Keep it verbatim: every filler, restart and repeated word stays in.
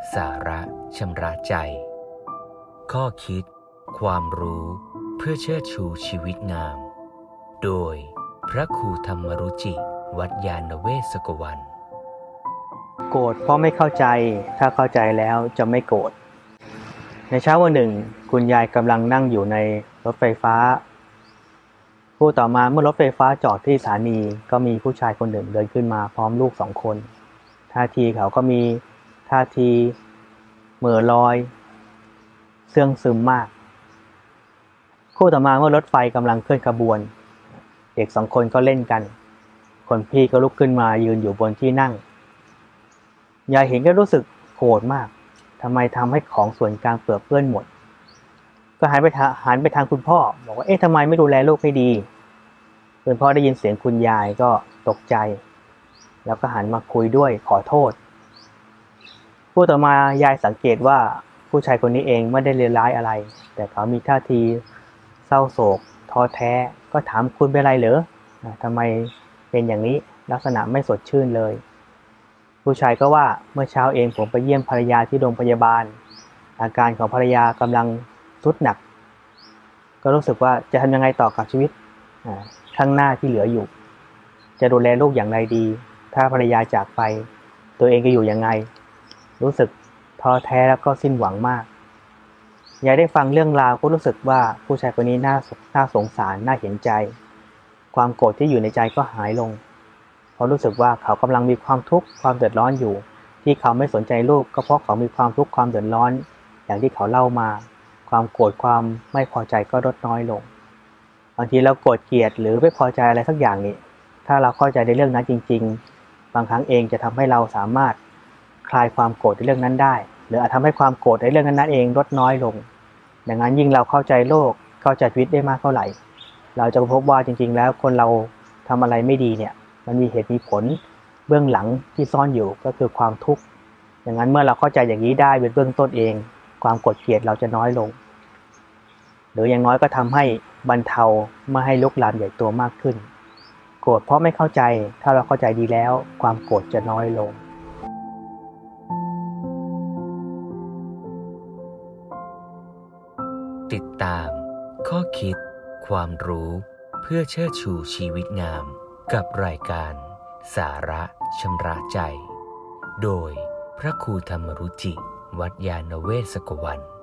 สาระชำระใจข้อคิดความรู้เพื่อเชิดชูชีวิตงามโดยพระครูธรรมรุจิวัดยานเวศกวันโกรธเพราะไม่เข้าใจถ้าเข้าใจแล้วจะไม่โกรธในเช้าวันหนึ่งคุณยายกำลังนั่งอยู่ในรถไฟฟ้าผู้ต่อมาเมื่อรถไฟฟ้าจอดที่สถานีก็มีผู้ชายคนหนึ่งเดินขึ้นมาพร้อมลูกสองคนท่าทีเขาก็มีท่าทีเหม่อลอยเสื่องซึมมากคู่ต่อมาเมื่อรถไฟกำลังเคลื่อนขบวนเด็กสองคนก็เล่นกันคนพี่ก็ลุกขึ้นมายืนอยู่บนที่นั่งยายเห็นก็รู้สึกโกรธมากทำไมทำให้ของส่วนกลางเปื้อนเปื้อนหมดก็หันไปหันไปทางคุณพ่อบอกว่าเอ๊ะทำไมไม่ดูแลลูกให้ดีคุณพ่อได้ยินเสียงคุณยายก็ตกใจแล้วก็หันมาคุยด้วยขอโทษผู้ต่อมายายสังเกตว่าผู้ชายคนนี้เองไม่ได้เลวร้ายอะไรแต่เขามีท่าทีเศร้าโศกท้อแท้ก็ถามคุณเป็นไรเหรอทำไมเป็นอย่างนี้ลักษณะไม่สดชื่นเลยผู้ชายก็ว่าเมื่อเช้าเองผมไปเยี่ยมภรรยาที่โรงพยาบาลอาการของภรรยากำลังทรุดหนักก็รู้สึกว่าจะทำยังไงต่อกับชีวิตข้างหน้าที่เหลืออยู่จะดูแลลูกอย่างไรดีถ้าภรรยาจากไปตัวเองจะอยู่ยังไงรู้สึกท้อแท้แล้วก็สิ้นหวังมากยายได้ฟังเรื่องราวก็รู้สึกว่าผู้ชายคนนี้น่าน่าสงสารน่าเห็นใจความโกรธที่อยู่ในใจก็หายลงเพราะรู้สึกว่าเขากำลังมีความทุกข์ความเดือดร้อนอยู่ที่เขาไม่สนใจลูกก็เพราะเขามีความทุกข์ความเดือดร้อนอย่างที่เขาเล่ามาความโกรธความไม่พอใจก็ลดน้อยลงบางทีเราโกรธเกลียดหรือไม่พอใจอะไรสักอย่างนี้ถ้าเราเข้าใจในเรื่องนั้นจริงๆบางครั้งเองจะทำให้เราสามารถคลายความโกรธในเรื่องนั้นได้หรืออาจทำให้ความโกรธในเรื่องนั้นๆเองลดน้อยลงดังนั้นยิ่งเราเข้าใจโลกเข้าใจชีวิตได้มากเท่าไหร่เราจะพบว่าจริงๆแล้วคนเราทำอะไรไม่ดีเนี่ยมันมีเหตุมีผลเบื้องหลังที่ซ่อนอยู่ก็คือความทุกข์ดังนั้นเมื่อเราเข้าใจอย่างนี้ได้เป็นเบื้องต้นเองความโกรธเกลียดเราจะน้อยลงหรืออย่างน้อยก็ทำให้บรรเทาไม่ให้ลุกลามใหญ่โตมากขึ้นโกรธเพราะไม่เข้าใจถ้าเราเข้าใจดีแล้วความโกรธจะน้อยลงติดตามข้อคิดความรู้เพื่อเชิดชูชีวิตงามกับรายการสาระชำระใจโดยพระครูธรรมรุจิวัดยานเวศกวัน